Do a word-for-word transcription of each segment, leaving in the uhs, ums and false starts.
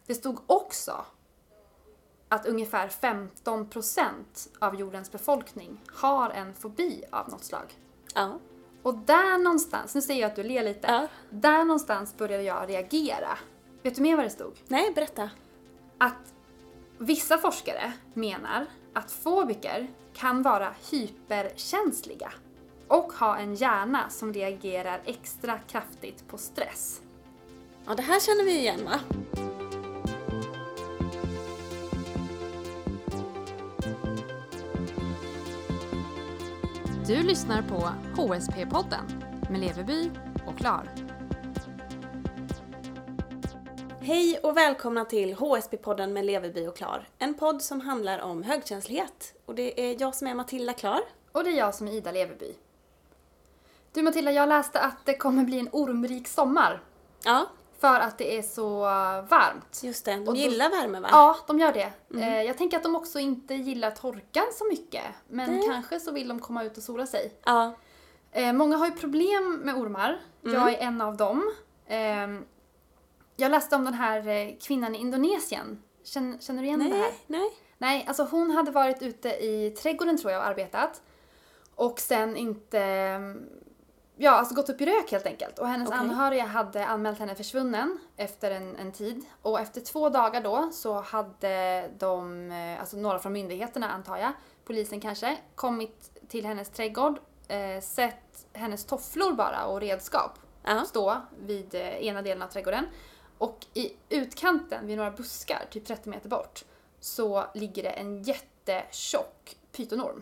Det stod också att ungefär femton procent av jordens befolkning har en fobi av något slag. Ja. Och där någonstans, nu ser jag att du ler lite, Ja. där någonstans började jag reagera. Vet du mer vad det stod? Nej, berätta. Att vissa forskare menar att fobiker kan vara hyperkänsliga och ha en hjärna som reagerar extra kraftigt på stress. Ja, det här känner vi igen, va? Du lyssnar på H S P-podden med Leverby och Klar. Hej och välkomna till H S P-podden med Leverby och Klar. En podd som handlar om högkänslighet. Och det är jag som är Matilda Klar. Och det är jag som är Ida Leverby. Du Matilda, jag läste att det kommer bli en ormrik sommar. Ja, För att det är så varmt. just det. De Och då- gillar värme, va? Ja, de gör det. Mm. Eh, Jag tänker att de också inte gillar torkan så mycket. Men Nej. kanske så vill de komma ut och sola sig. Ja. Eh, Många har ju problem med ormar. Mm. Jag är en av dem. Eh, Jag läste om den här eh, kvinnan i Indonesien. Känner, känner du igen det här? Nej, nej. Nej, alltså hon hade varit ute i trädgården tror jag och arbetat. Och sen inte, ja alltså gått upp i rök helt enkelt. Och hennes Okej. anhöriga hade anmält henne försvunnen efter en, en tid. Och efter två dagar då så hade de, eh, alltså några från myndigheterna antar jag, polisen kanske, kommit till hennes trädgård, eh, sett hennes tofflor bara och redskap Ja. stå vid eh, ena delen av trädgården. Och i utkanten, vid några buskar, typ trettio meter bort, så ligger det en jättetjock pytonorm.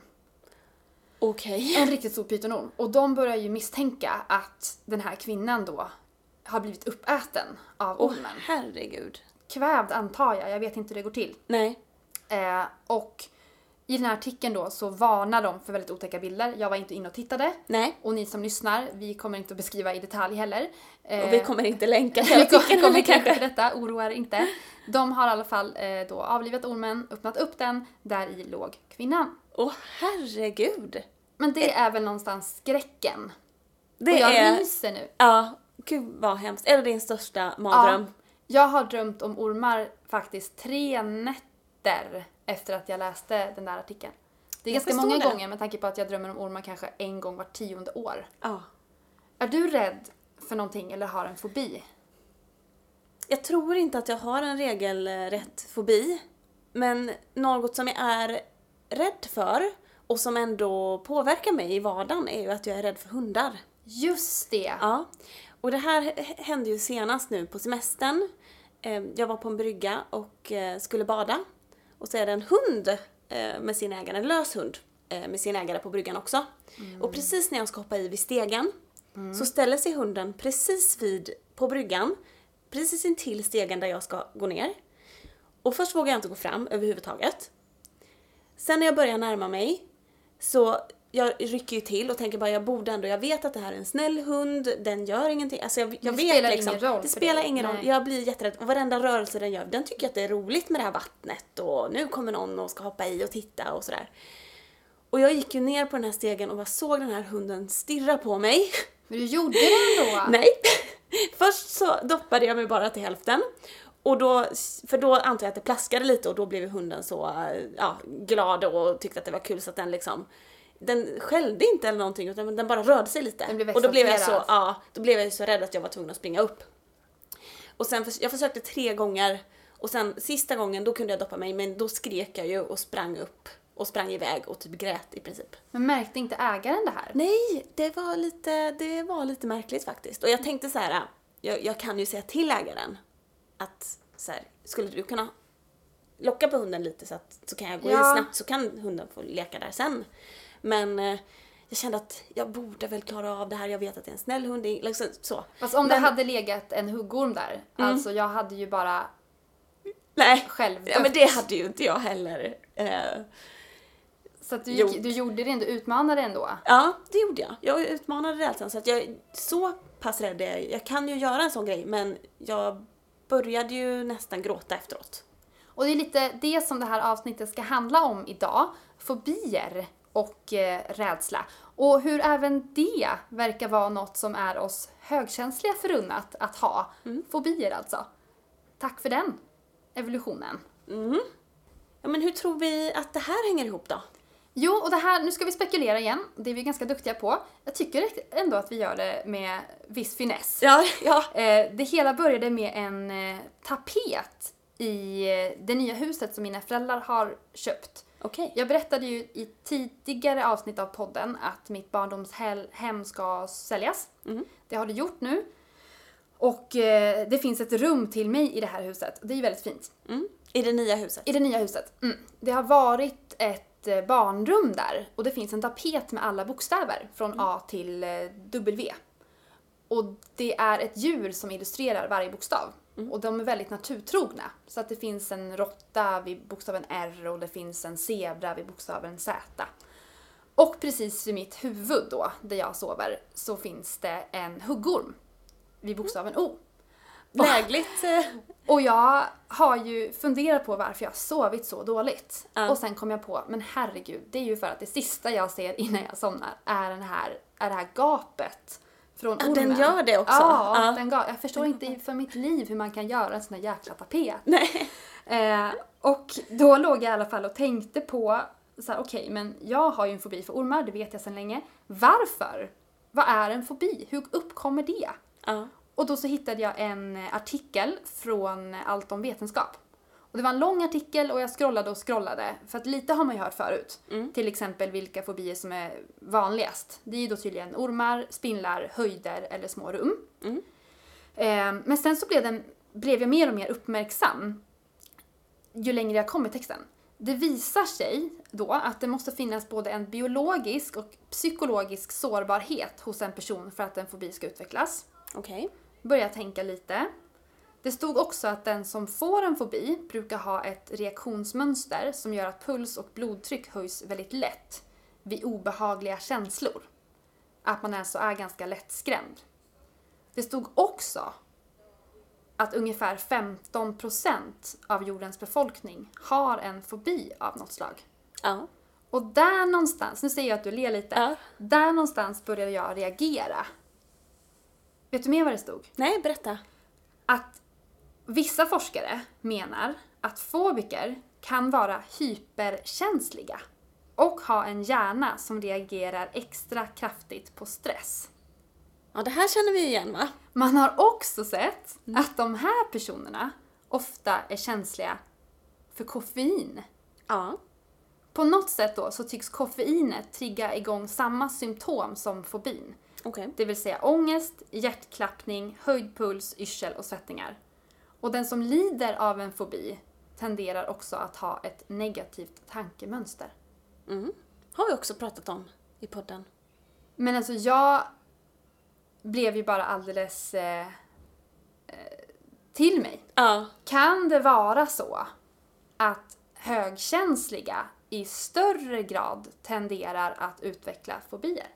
Okej. En riktigt stor pytonorm. Och de börjar ju misstänka att den här kvinnan då har blivit uppäten av Åh, ormen. herregud. Kvävd antar jag, jag vet inte hur det går till. Nej. Eh, och i den här artikeln då så varnar de för väldigt otäcka bilder. Jag var inte inne och tittade. Nej. Och ni som lyssnar, vi kommer inte att beskriva i detalj heller. Eh, Och vi kommer inte länka till Vi artikeln kommer kommer heller, inte kanske. för detta, oroa er inte. De har i alla fall eh, då avlivat ormen, öppnat upp den, där i låg kvinnan. Åh, herregud. Men det är väl någonstans skräcken. Det och jag är... ryser nu. Ja, gud vad hemskt. Är det din största mardröm? Jag har drömt om ormar faktiskt tre nätter efter att jag läste den där artikeln. Det är Jag ganska förstår många det. gånger med tanke på att jag drömmer om ormar kanske en gång var tionde år. Ja. Är du rädd för någonting eller har en fobi? Jag tror inte att jag har en regelrätt fobi. Men något som jag är rädd för och som ändå påverkar mig i vardagen är ju att jag är rädd för hundar. Just det! Ja. Och det här h- hände ju senast nu på semestern. Eh, Jag var på en brygga och eh, skulle bada. Och så är det en hund eh, med sin ägare, en lös hund eh, med sin ägare på bryggan också. Och precis när jag ska hoppa i vid stegen så ställer sig hunden precis vid på bryggan. Precis intill stegen där jag ska gå ner. Och först vågar jag inte gå fram överhuvudtaget. Sen när jag börjar närma mig så jag rycker ju till och tänker bara jag borde ändå, jag vet att det här är en snäll hund, den gör ingenting. Alltså jag, jag Det vet spelar liksom, ingen roll det för spelar dig. ingen roll. Nej. Jag blir jätterädd och varenda rörelse den gör, den tycker att det är roligt med det här vattnet och nu kommer någon och ska hoppa i och titta och sådär. Och jag gick ju ner på den här stegen och bara såg den här hunden stirra på mig. Men du gjorde det ändå? Nej. Först så doppade jag mig bara till hälften. Och då, för då antar jag att det plaskade lite och då blev hunden så ja, glad och tyckte att det var kul så att den liksom, den skällde inte eller någonting utan den bara rörde sig lite. Den blev och då blev jag så, exalterad. ja, då blev jag så rädd att jag var tvungen att springa upp. Och sen, jag försökte tre gånger och sen sista gången då kunde jag doppa mig men då skrek jag ju och sprang upp och sprang iväg och typ grät i princip. Men märkte inte ägaren det här? Nej, det var lite, det var lite märkligt faktiskt. Och jag tänkte så här, jag, jag kan ju säga till ägaren att så här, skulle du kunna locka på hunden lite så att så kan jag gå Ja. i snabbt så kan hunden få leka där sen. Men eh, jag kände att jag borde väl klara av det här. Jag vet att det är en snäll hund. det är Liksom, så. Fast om Men- det hade legat en huggorm där, alltså jag hade ju bara Nej, själv ja, men det hade ju inte jag heller. Eh, Så att du, gjort. gick, du gjorde det ändå, utmanade ändå. ja, det gjorde jag. Jag utmanade rädslan så att jag är så pass rädd är jag. Jag kan ju göra en sån grej men jag började ju nästan gråta efteråt. Och det är lite det som det här avsnittet ska handla om idag. Fobier och eh, rädsla. Och hur även det verkar vara något som är oss högkänsliga förunnat att ha. Mm. Fobier alltså. Tack för den. evolutionen. Mm. Ja, men hur tror vi att det här hänger ihop då? Jo, och det här, nu ska vi spekulera igen. Det är vi ganska duktiga på. Jag tycker ändå att vi gör det med viss finess. Ja, ja. Eh, det hela började med en eh, tapet i eh, det nya huset som mina föräldrar har köpt. Okej. Jag berättade ju i tidigare avsnitt av podden att mitt barndomshem ska säljas. Mm. Det har det gjort nu. Och eh, det finns ett rum till mig i det här huset. Det är ju väldigt fint. Mm. I det nya huset? I det nya huset. Mm. Det har varit ett eh, barnrum där. Och det finns en tapet med alla bokstäver. Från Mm. A till eh, W. Och det är ett djur som illustrerar varje bokstav. Mm. Och de är väldigt naturtrogna. Så att det finns en råtta vid bokstaven R och det finns en zebra vid bokstaven Z. Och precis vid mitt huvud då, där jag sover, så finns det en huggorm vid bokstaven O. Lägligt. Och jag har ju funderat på varför jag har sovit så dåligt. Ja. Och sen kom jag på, men herregud, det är ju för att det sista jag ser innan jag somnar är, den här, är det här gapet från Ja, ormen. den gör det också. Ja, Ja. Den ga- jag förstår inte för mitt liv hur man kan göra en sån här jäkla tapet. Nej. Eh, och då låg jag i alla fall och tänkte på, så här, okej, men jag har ju en fobi för ormar, det vet jag sedan länge. Varför? Vad är en fobi? Hur uppkommer det? Ja. Och då så hittade jag en artikel från Allt om vetenskap. Och det var en lång artikel och jag scrollade och scrollade. För att lite har man ju hört förut. Mm. Till exempel vilka fobier som är vanligast. Det är ju då tydligen ormar, spindlar, höjder eller små rum. Mm. Eh, men sen så blev, den, blev jag mer och mer uppmärksam ju längre jag kom i texten. Det visar sig då att det måste finnas både en biologisk och psykologisk sårbarhet hos en person för att en fobi ska utvecklas. Okej. Börja tänka lite. Det stod också att den som får en fobi brukar ha ett reaktionsmönster som gör att puls och blodtryck höjs väldigt lätt vid obehagliga känslor. Att man alltså är ganska lättskrämd. Det stod också att ungefär femton procent av jordens befolkning har en fobi av något slag. Ja. Och där någonstans, nu ser jag att du ler lite, Ja. där någonstans började jag reagera. Vet du mer vad det stod? Nej, berätta. Att vissa forskare menar att fobiker kan vara hyperkänsliga och ha en hjärna som reagerar extra kraftigt på stress. Ja, det här känner vi igen, va? Man har också sett att de här personerna ofta är känsliga för koffein. Ja. På något sätt då så tycks koffeinet trigga igång samma symptom som fobin. Okej. Det vill säga ångest, hjärtklappning, höjd puls, yrsel och svettningar. Och den som lider av en fobi tenderar också att ha ett negativt tankemönster. Mm. Har vi också pratat om i podden. Men alltså jag blev ju bara alldeles eh, eh, till mig. Ja. Kan det vara så att högkänsliga i större grad tenderar att utveckla fobier?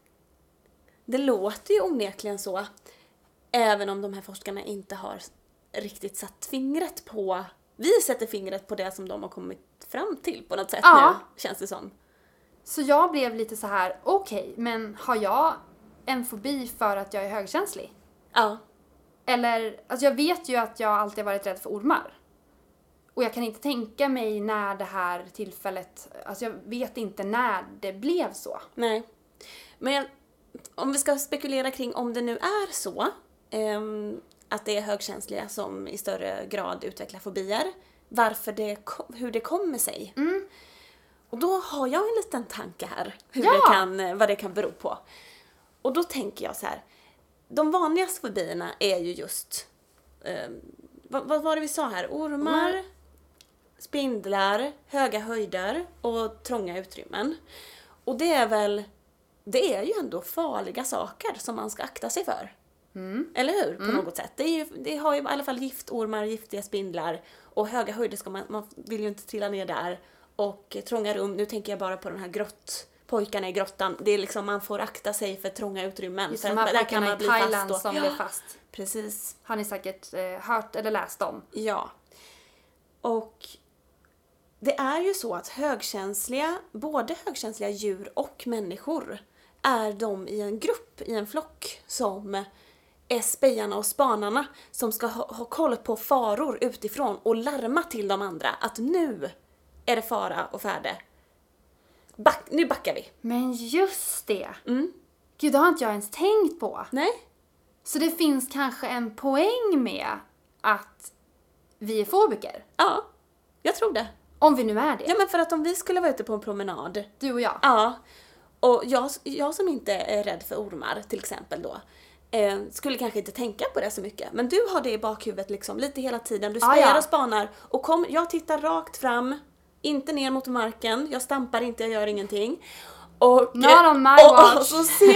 Det låter ju onekligen så. Även om de här forskarna inte har riktigt satt fingret på... Vi sätter fingret på det som de har kommit fram till på något sätt Ja. nu, känns det som. Så jag blev lite så här: okej, okay, men har jag en fobi för att jag är högkänslig? Ja. Eller, alltså jag vet ju att jag alltid har varit rädd för ormar. Och jag kan inte tänka mig när det här tillfället, alltså jag vet inte när det blev så. Nej. Men jag, om vi ska spekulera kring om det nu är så, ehm, att det är högkänsliga som i större grad utvecklar fobier, varför det, hur det kommer sig. Mm. Och då har jag en liten tanke här, hur Ja! det kan, vad det kan bero på. Och då tänker jag så här, de vanligaste fobierna är ju just, ehm, vad, vad var det vi sa här? Ormar, Ormar. spindlar, höga höjder och trånga utrymmen. Och det är väl, det är ju ändå farliga saker som man ska akta sig för. Mm. Eller hur? På Mm. något sätt. Det, är ju, det har ju i alla fall giftormar, giftiga spindlar och höga höjder ska man, man vill ju inte trilla ner där. Och trånga rum, nu tänker jag bara på den här grott, pojkarna i grottan. Det är liksom, man får akta sig för trånga utrymmen. Just för de att här där pojkarna i bli Thailand fast då. som blev fast. Precis. Har ni säkert eh, hört eller läst om. Ja. Och det är ju så att högkänsliga, både högkänsliga djur och människor är de i en grupp, i en flock som är spejarna och spanarna som ska ha, ha koll på faror utifrån och larma till de andra att nu är det fara och färde. Back, nu backar vi. Men just det. Mm. Gud, det har inte jag ens tänkt på. Nej. Så det finns kanske en poäng med att vi är fobiker. Ja, jag tror det. Om vi nu är det. Ja, men för att om vi skulle vara ute på en promenad. Du och jag. Ja. Och jag, jag som inte är rädd för ormar till exempel då. Eh, skulle kanske inte tänka på det så mycket. Men du har det i bakhuvudet liksom lite hela tiden. Du Ah, spejar ja. och spanar. Och kom, jag tittar rakt fram. Inte ner mot marken. Jag stampar inte, jag gör ingenting. Och, Not on my och, watch. och, så ser,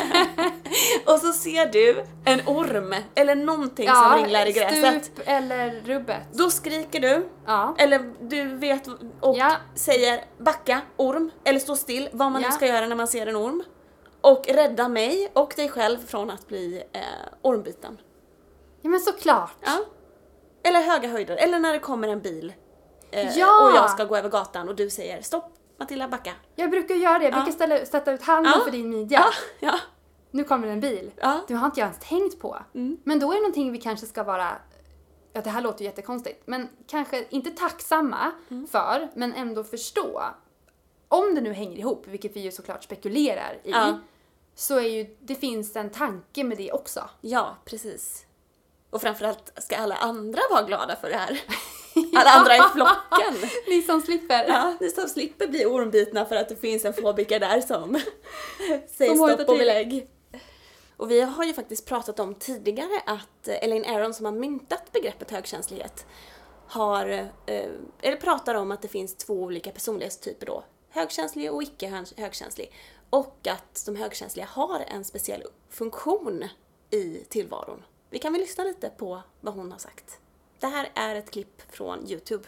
och så ser du en orm eller någonting Ja, som ringlar i gräset. stup eller rubbet. Då skriker du. Ja. Eller du vet och Ja. säger backa, orm. Eller stå still, vad man Ja. nu ska göra när man ser en orm. Och rädda mig och dig själv från att bli eh, ormbiten. Ja, men såklart. Ja. Eller höga höjder. Eller när det kommer en bil. Eh, Ja. Och jag ska gå över gatan och du säger stopp Matilda, backa. Jag brukar göra det. Jag brukar Ja. ställa, sätta ut handen Ja. för din midja. Ja, ja. Nu kommer en bil. Ja. Det har inte jag ens tänkt på. Mm. Men då är det någonting vi kanske ska vara, ja det här låter ju jättekonstigt, men kanske inte tacksamma Mm. för, men ändå förstå. Om det nu hänger ihop, vilket vi ju såklart spekulerar i, Ja. så är ju, det finns en tanke med det också. Ja, precis. Och framförallt ska alla andra vara glada för det här. Alla andra i flocken. Ni som slipper. Ja, ni som slipper bli ormbitna för att det finns en fobiker där som säger Som hojtar stopp och till. belägg. Och vi har ju faktiskt pratat om tidigare att Elaine Aron som har myntat begreppet högkänslighet har, eh, eller pratar om att det finns två olika personlighetstyper då. Högkänslig och icke högkänslig. Och att de högkänsliga har en speciell funktion i tillvaron. Vi kan väl lyssna lite på vad hon har sagt. Det här är ett klipp från YouTube.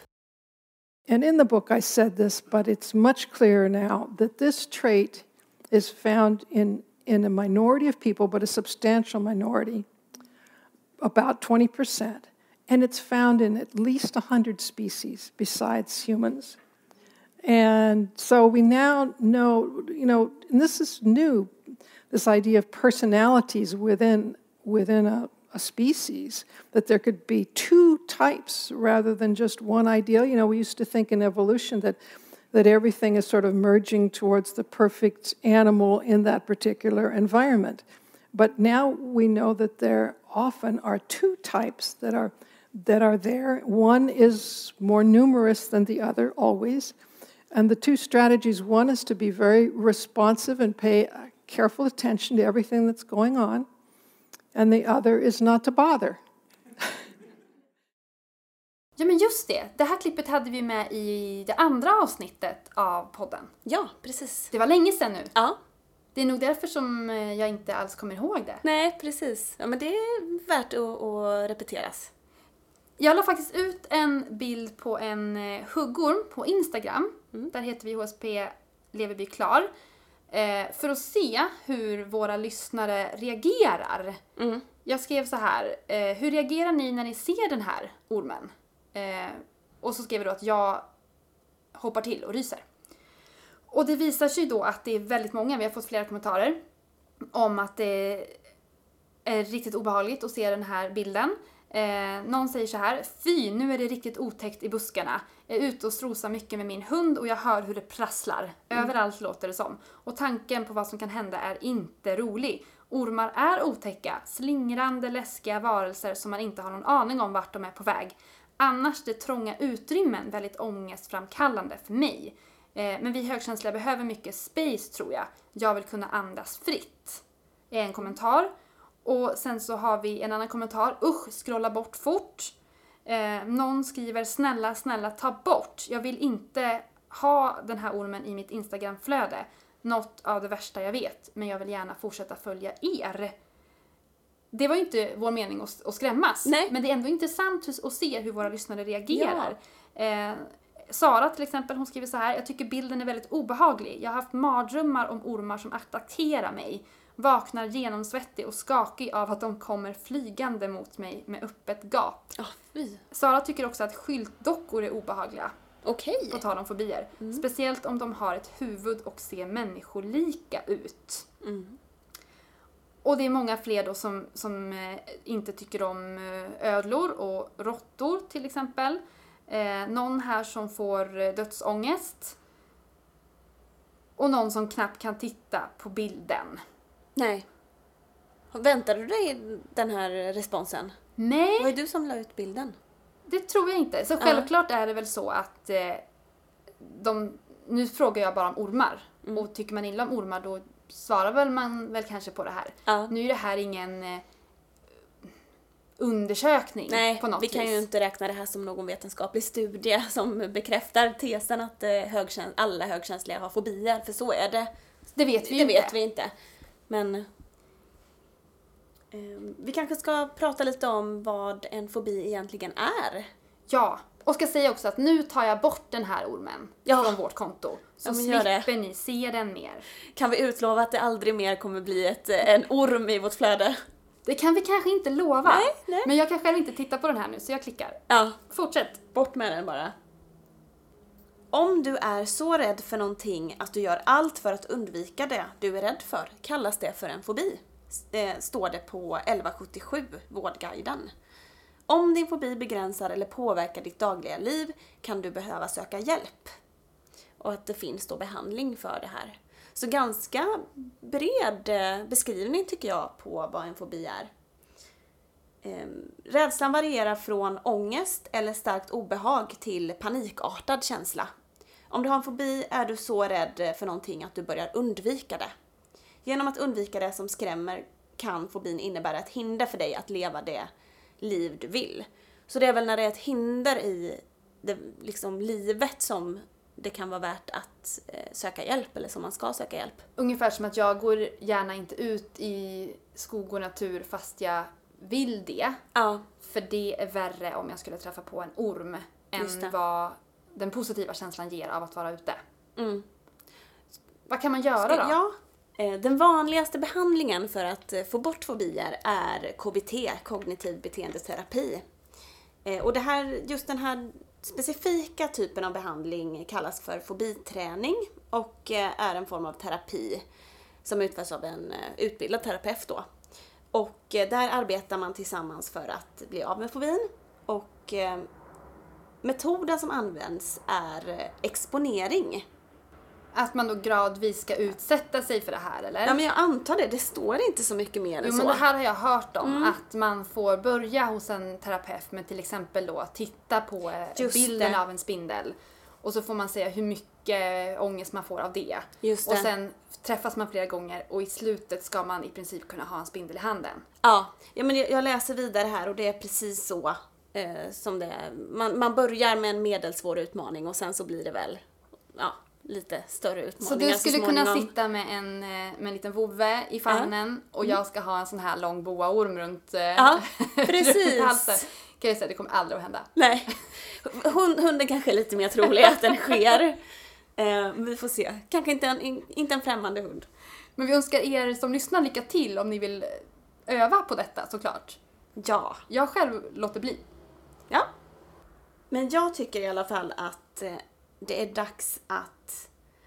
And in the book I said this, but it's much clearer now that this trait is found in, in a minority of people, but a substantial minority, about twenty percent. And it's found in at least one hundred species besides humans. And so we now know, you know, and this is new, this idea of personalities within, within a a species, that there could be two types rather than just one ideal. You know, we used to think in evolution that that everything is sort of merging towards the perfect animal in that particular environment. But now we know that there often are two types that are that are there. One is more numerous than the other, always. And the two strategies, one is to be very responsive and pay careful attention to everything that's going on. And the other is not to bother. Ja, men just det. Det här klippet hade vi med i det andra avsnittet av podden. Ja, precis. Det var länge sedan nu. Ja. Det är nog därför som jag inte alls kommer ihåg det. Nej, precis. Ja, men det är värt att, att repeteras. Jag la faktiskt ut en bild på en huggorm på Instagram. Mm. Där heter vi H S P Leverby Klar. Eh, för att se hur våra lyssnare reagerar. Mm. Jag skrev så här. Eh, hur reagerar ni när ni ser den här ormen? Eh, och så skrev jag då att jag hoppar till och ryser. Och det visar sig då att det är väldigt många, vi har fått flera kommentarer om att det är riktigt obehagligt att se den här bilden. Eh, någon säger så här: fy, nu är det riktigt otäckt i buskarna. Jag är ute och strosar mycket med min hund och jag hör hur det prasslar. Mm. Överallt låter det som. Och tanken på vad som kan hända är inte rolig. Ormar är otäcka, slingrande, läskiga varelser som man inte har någon aning om vart de är på väg. Annars är trånga utrymmen väldigt ångestframkallande för mig. Eh, men vi högkänsliga behöver mycket space, tror jag. Jag vill kunna andas fritt. Är en kommentar. Och sen så har vi en annan kommentar. Usch, scrolla bort fort. Eh, någon skriver: snälla, snälla, ta bort. Jag vill inte ha den här ormen i mitt Instagram-flöde. Något av det värsta jag vet. Men jag vill gärna fortsätta följa er. Det var ju inte vår mening att, att skrämmas. Nej. Men det är ändå intressant att se hur våra lyssnare reagerar. Ja. Eh, Sara till exempel, hon skriver så här: jag tycker bilden är väldigt obehaglig. Jag har haft mardrömmar om ormar som attackerar mig. Vaknar genomsvettig och skakig av att de kommer flygande mot mig med öppet gap. Oh, fy. Sara tycker också att skyltdockor är obehagliga. Okej. På tal om fobier. Mm. Speciellt om de har ett huvud och ser människolika ut. Mm. Och det är många fler då som, som eh, inte tycker om eh, ödlor och råttor till exempel. Eh, någon här som får eh, dödsångest. Och någon som knappt kan titta på bilden. Nej. Väntade du dig den här responsen? Nej, Var det du som la ut bilden? det tror jag inte. Så självklart är det väl så att eh, de, nu frågar jag bara om ormar. Mm. Och tycker man illa om ormar då svarar väl man väl kanske på det här. Ja. Nu är det här ingen eh, undersökning Nej, på något vi kan vis. ju inte räkna det här som någon vetenskaplig studie som bekräftar tesen att eh, högkäns- alla högkänsliga har fobier, för så är det. Det vet vi ju Det inte. vet vi inte. Men eh, vi kanske ska prata lite om vad en fobi egentligen är. Ja, och ska säga också att nu tar jag bort den här ormen Ja. från vårt konto. Så Ja, men gör det. slipper ni se den mer. Kan vi utlova att det aldrig mer kommer bli ett, en orm i vårt flöde? Det kan vi kanske inte lova. Nej, nej. Men jag kan själv inte titta på den här nu så jag klickar. Ja, Fortsätt. bort med den bara. Om du är så rädd för någonting att du gör allt för att undvika det du är rädd för kallas det för en fobi. Eh, står det på elva sjuttiosju, Vårdguiden. Om din fobi begränsar eller påverkar ditt dagliga liv kan du behöva söka hjälp. Och att det finns då behandling för det här. Så ganska bred eh, beskrivning tycker jag på vad en fobi är. Ehm, rädslan varierar från ångest eller starkt obehag till panikartad känsla. Om du har en fobi är du så rädd för någonting att du börjar undvika det. Genom att undvika det som skrämmer kan fobin innebära ett hinder för dig att leva det liv du vill. Så det är väl när det är ett hinder i det, liksom, livet som det kan vara värt att eh, söka hjälp, eller som man ska söka hjälp. Ungefär som att jag går gärna inte ut i skog och natur fast jag vill det. Ja, För det är värre om jag skulle träffa på en orm Just det. än vad den positiva känslan ger av att vara ute. mm. Vad kan man göra då? Ja, eh, den vanligaste behandlingen för att eh, få bort fobier är K B T, kognitiv beteendeterapi. Eh, Och det här, just den här specifika typen av behandling kallas för fobiträning och eh, är en form av terapi som utförs av en eh, utbildad terapeut då. Och eh, där arbetar man tillsammans för att bli av med fobin. Och eh, metoden som används är eh, exponering. Att man då gradvis ska utsätta sig för det här, eller? Ja, men jag antar det. Det står inte så mycket mer än Jo, så. men det här har jag hört om. Mm. Att man får börja hos en terapeut med till exempel då titta på eh, Just bilden det. av en spindel. Och så får man säga hur mycket ångest man får av det. Just Och det. sen träffas man flera gånger och i slutet ska man i princip kunna ha en spindel i handen. Ja, ja men jag, jag läser vidare här och det är precis så eh, som det är. Man, man börjar med en medelsvår utmaning och sen så blir det väl ja, lite större Så utmaningar du skulle kunna småningom. sitta med en, eh, med en liten vovve i famnen och jag ska ha en sån här lång boaorm runt, eh, Ja, runt precis. halsen. Kan jag säga, det kommer aldrig att hända. Nej, Hund, hunden kanske är lite mer trolig att den sker. Eh, vi får se. Kanske inte en, in, inte en främmande hund. Men vi önskar er som lyssnar lycka till om ni vill öva på detta såklart. Ja. Jag själv låter bli. Ja. Men jag tycker i alla fall att eh, det är dags att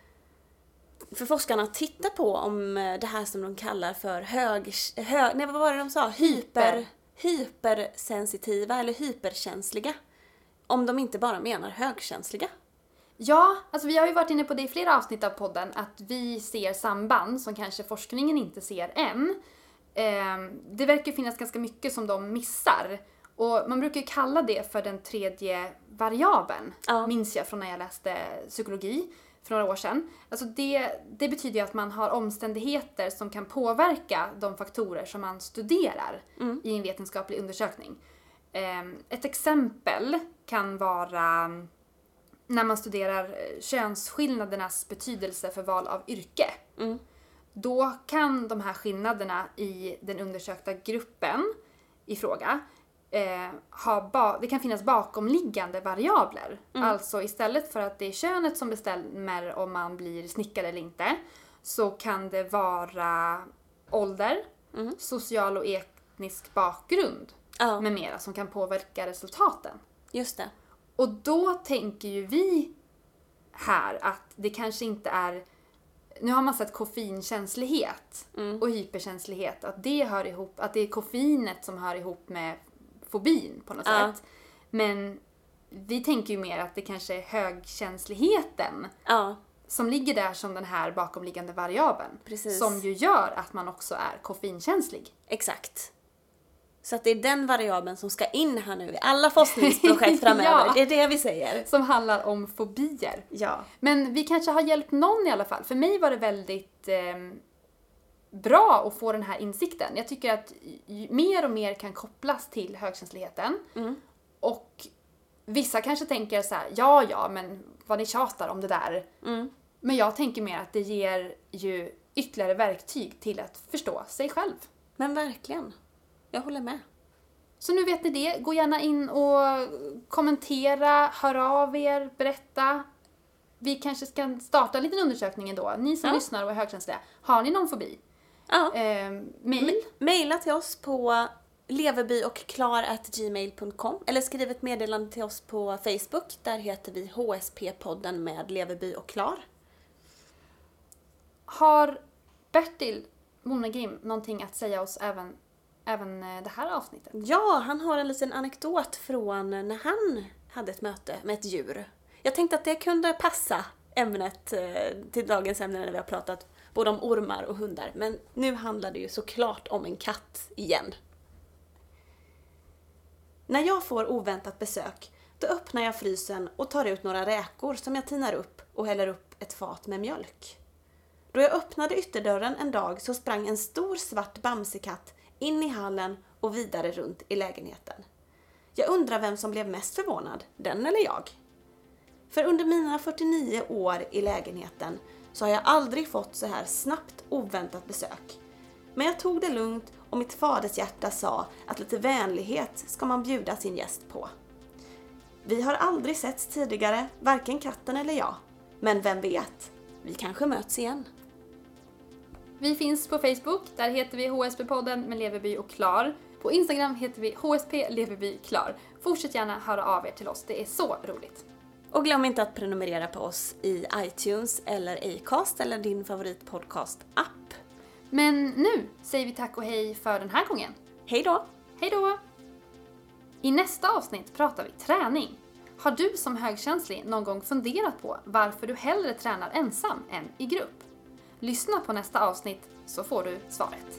för forskarna att titta på om eh, det här som de kallar för hög, hög nej vad var det de sa? Hyper, hypersensitiva eller hyperkänsliga. Om de inte bara menar högkänsliga. Ja, alltså vi har ju varit inne på det i flera avsnitt av podden att vi ser samband som kanske forskningen inte ser än. Eh, det verkar finnas ganska mycket som de missar. Och man brukar ju kalla det för den tredje variabeln, Ja. minns jag från när jag läste psykologi för några år sedan. Alltså det, det betyder ju att man har omständigheter som kan påverka de faktorer som man studerar Mm. i en vetenskaplig undersökning. Eh, ett exempel kan vara när man studerar könsskillnadernas betydelse för val av yrke. Mm. Då kan de här skillnaderna i den undersökta gruppen i fråga eh, ha ba- det kan finnas bakomliggande variabler. Mm. Alltså istället för att det är könet som bestämmer om man blir snickare eller inte så kan det vara ålder, Mm. social och etnisk bakgrund Ja, med mera som kan påverka resultaten. just det. Och då tänker ju vi här att det kanske inte är nu har man sett koffeinkänslighet Mm. och hyperkänslighet. Att det hör ihop, att det är koffeinet som hör ihop med fobin på något Ja. sätt. Men vi tänker ju mer att det kanske är högkänsligheten Ja, som ligger där som den här bakomliggande variabeln. Precis. Som ju gör att man också är koffeinkänslig. exakt. Så att det är den variabeln som ska in här nu i alla forskningsprojekt framöver. Ja. Det är det vi säger. Som handlar om fobier. Ja. Men vi kanske har hjälpt någon i alla fall. För mig var det väldigt eh, bra att få den här insikten. Jag tycker att ju- mer och mer kan kopplas till högkänsligheten. Mm. Och vissa kanske tänker så här: ja, ja, men vad ni tjatar om det där. Mm. Men jag tänker mer att det ger ju ytterligare verktyg till att förstå sig själv. Men verkligen. Jag håller med. Så nu vet ni det. Gå gärna in och kommentera, hör av er, berätta. Vi kanske ska starta en liten undersökning ändå. Ni som Ja. lyssnar och är högkänsliga. Har ni någon fobi? Ja. Eh, mail? Maila till oss på leverbyochklar at gmail punkt com eller skriv ett meddelande till oss på Facebook. Där heter vi H S P-podden med Leverby och Klar. Har Bertil Monegrim någonting att säga oss även, även eh, det här avsnittet? Ja, han har en liten anekdot från när han hade ett möte med ett djur. Jag tänkte att det kunde passa ämnet eh, till dagens ämne när vi har pratat både om ormar och hundar. Men nu handlar det ju såklart om en katt igen. När jag får oväntat besök, då öppnar jag frysen och tar ut några räkor som jag tinar upp och häller upp ett fat med mjölk. Då jag öppnade ytterdörren en dag så sprang en stor svart bamsekatt in i hallen och vidare runt i lägenheten. Jag undrar vem som blev mest förvånad, den eller jag? För under mina fyrtionio år i lägenheten så har jag aldrig fått så här snabbt oväntat besök. Men jag tog det lugnt och mitt faders hjärta sa att lite vänlighet ska man bjuda sin gäst på. Vi har aldrig setts tidigare, varken katten eller jag. Men vem vet, vi kanske möts igen. Vi finns på Facebook. Där heter vi H S P-podden med Leverby och Klar. På Instagram heter vi H S P Leverby Klar. Fortsätt gärna höra av er till oss. Det är så roligt. Och glöm inte att prenumerera på oss i iTunes eller Acast eller din favoritpodcast-app. Men nu säger vi tack och hej för den här gången. Hej då! Hej då! I nästa avsnitt pratar vi träning. Har du som högkänslig någon gång funderat på varför du hellre tränar ensam än i grupp? Lyssna på nästa avsnitt så får du svaret.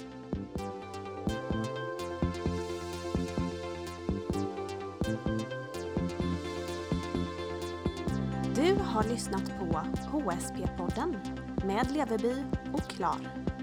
Du har lyssnat på H S P-podden med Leverby och Klar.